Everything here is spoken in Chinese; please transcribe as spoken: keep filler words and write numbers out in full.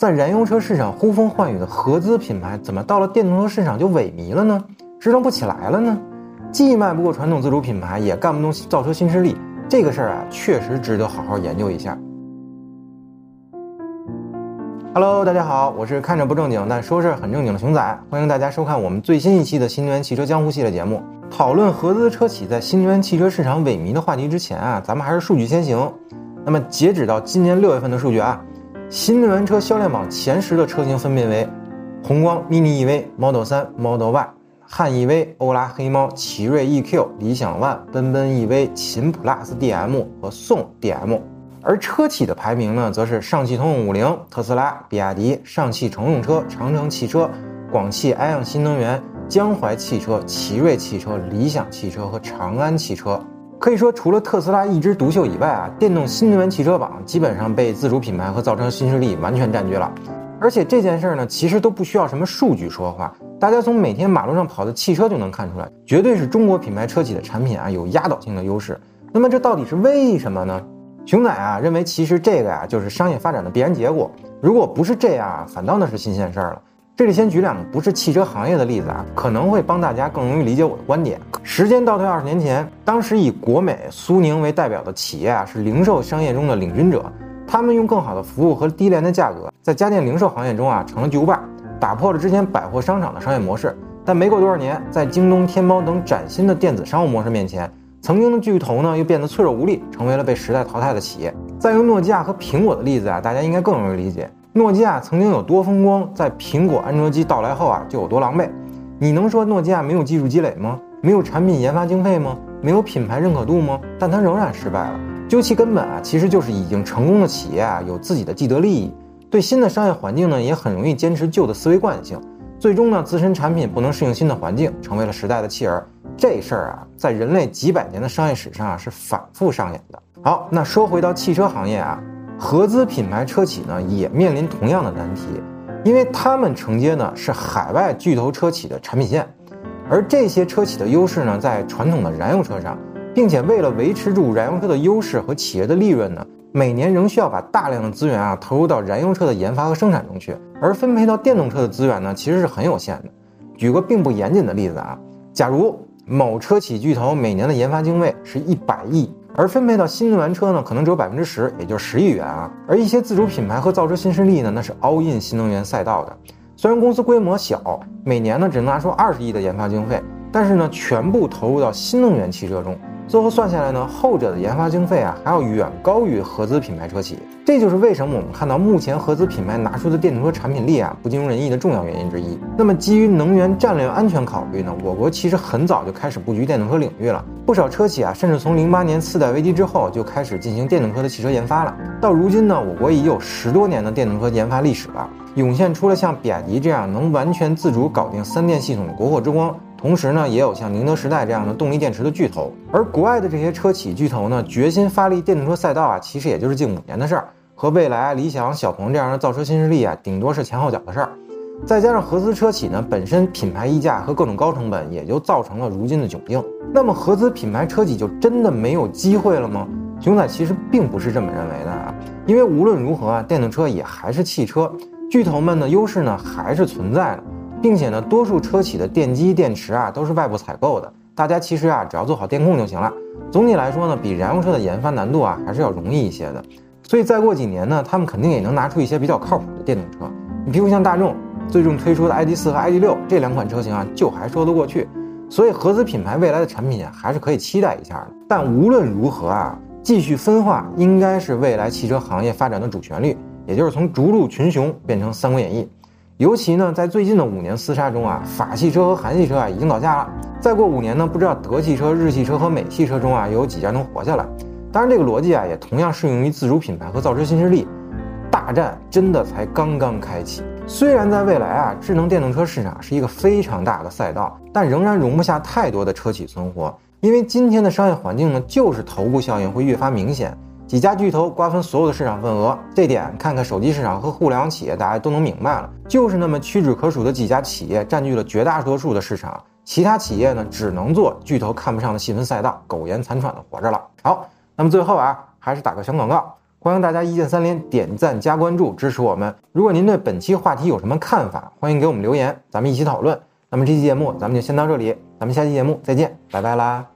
在燃油车市场呼风唤雨的合资品牌，怎么到了电动车市场就萎靡了呢？支撑不起来了呢？既卖不过传统自主品牌，也干不动造车新势力，这个事儿啊，确实值得好好研究一下。Hello， 大家好，我是看着不正经但说事很正经的熊仔，欢迎大家收看我们最新一期的新能源汽车江湖系列节目。讨论合资车企在新能源汽车市场萎靡的话题之前啊，咱们还是数据先行。那么截止到今年六月份的数据啊，新能源车销量榜前十的车型分别为宏光 mini E V、Model 三、Model Y、汉 E V、欧拉黑猫、奇瑞 E Q、理想 ONE、奔奔 E V、秦 Plus D M 和宋 D M。而车企的排名呢，则是上汽通用五菱、特斯拉、比亚迪、上汽乘用车、长城汽车、广汽埃昂新能源、江淮汽车、奇瑞汽车、理想汽车和长安汽车。可以说，除了特斯拉一枝独秀以外啊，电动新能源汽车榜基本上被自主品牌和造车新势力完全占据了。而且这件事呢，其实都不需要什么数据说话，大家从每天马路上跑的汽车就能看出来，绝对是中国品牌车企的产品啊有压倒性的优势。那么这到底是为什么呢？熊仔啊认为，其实这个呀就是商业发展的必然结果。如果不是这样啊，反倒那是新鲜事儿了。这里先举两个不是汽车行业的例子啊，可能会帮大家更容易理解我的观点。时间倒退二十年前，当时以国美、苏宁为代表的企业啊，是零售商业中的领军者。他们用更好的服务和低廉的价格，在家电零售行业中啊成了巨无霸，打破了之前百货商场的商业模式。但没过多少年，在京东、天猫等崭新的电子商务模式面前，曾经的巨头呢又变得脆弱无力，成为了被时代淘汰的企业。再用诺基亚和苹果的例子啊，大家应该更容易理解。诺基亚曾经有多风光，在苹果安卓机到来后啊就有多狼狈。你能说诺基亚没有技术积累吗？没有产品研发经费吗？没有品牌认可度吗？但它仍然失败了。究其根本啊，其实就是已经成功的企业啊有自己的既得利益，对新的商业环境呢也很容易坚持旧的思维惯性，最终呢自身产品不能适应新的环境，成为了时代的弃儿。这事儿啊，在人类几百年的商业史上啊是反复上演的。好，那说回到汽车行业啊，合资品牌车企呢也面临同样的难题，因为他们承接的是海外巨头车企的产品线，而这些车企的优势呢在传统的燃油车上，并且为了维持住燃油车的优势和企业的利润呢，每年仍需要把大量的资源啊投入到燃油车的研发和生产中去，而分配到电动车的资源呢其实是很有限的。举个并不严谨的例子啊，假如某车企巨头每年的研发经费是一百亿，而分配到新能源车呢可能只有百分之十，也就是十亿元啊。而一些自主品牌和造车新势力呢，那是 all in 新能源赛道的。虽然公司规模小，每年呢只能拿出二十亿的研发经费，但是呢全部投入到新能源汽车中，最后算下来呢，后者的研发经费啊还要远高于合资品牌车企。这就是为什么我们看到目前合资品牌拿出的电动车产品力啊不尽如人意的重要原因之一。那么基于能源战略安全考虑呢，我国其实很早就开始布局电动车领域了。不少车企啊甚至从零八年次贷危机之后就开始进行电动车的汽车研发了。到如今呢，我国已有十多年的电动车研发历史了，涌现出了像比亚迪这样能完全自主搞定三电系统的国货之光。同时呢，也有像宁德时代这样的动力电池的巨头。而国外的这些车企巨头呢，决心发力电动车赛道啊，其实也就是近五年的事儿，和蔚来、理想、小鹏这样的造车新势力啊，顶多是前后脚的事儿。再加上合资车企呢，本身品牌溢价和各种高成本，也就造成了如今的窘境。那么合资品牌车企就真的没有机会了吗？熊仔其实并不是这么认为的啊，因为无论如何啊，电动车也还是汽车，巨头们的优势呢还是存在的。并且呢，多数车企的电机、电池啊都是外部采购的，大家其实啊只要做好电控就行了。总体来说呢，比燃油车的研发难度啊还是要容易一些的。所以再过几年呢，他们肯定也能拿出一些比较靠谱的电动车。你比如像大众最近推出的 I D 四 和 I D 六这两款车型啊，就还说得过去。所以合资品牌未来的产品啊，还是可以期待一下的。但无论如何啊，继续分化应该是未来汽车行业发展的主旋律，也就是从逐鹿群雄变成三国演义。尤其呢，在最近的五年厮杀中啊，法系车和韩系车啊已经倒下了。再过五年呢，不知道德系车、日系车和美系车中啊，有几家能活下来。当然，这个逻辑啊，也同样适用于自主品牌和造车新势力。大战真的才刚刚开启。虽然在未来啊，智能电动车市场是一个非常大的赛道，但仍然容不下太多的车企存活。因为今天的商业环境呢，就是头部效应会越发明显。几家巨头瓜分所有的市场份额，这点看看手机市场和互联网企业大家都能明白了。就是那么屈指可数的几家企业占据了绝大多数的市场，其他企业呢只能做巨头看不上的细分赛道，苟延残喘的活着了。好，那么最后啊，还是打个小广告。 欢迎大家一键三连，点赞加关注支持我们。如果您对本期话题有什么看法，欢迎给我们留言，咱们一起讨论。那么这期节目咱们就先到这里，咱们下期节目再见，拜拜啦。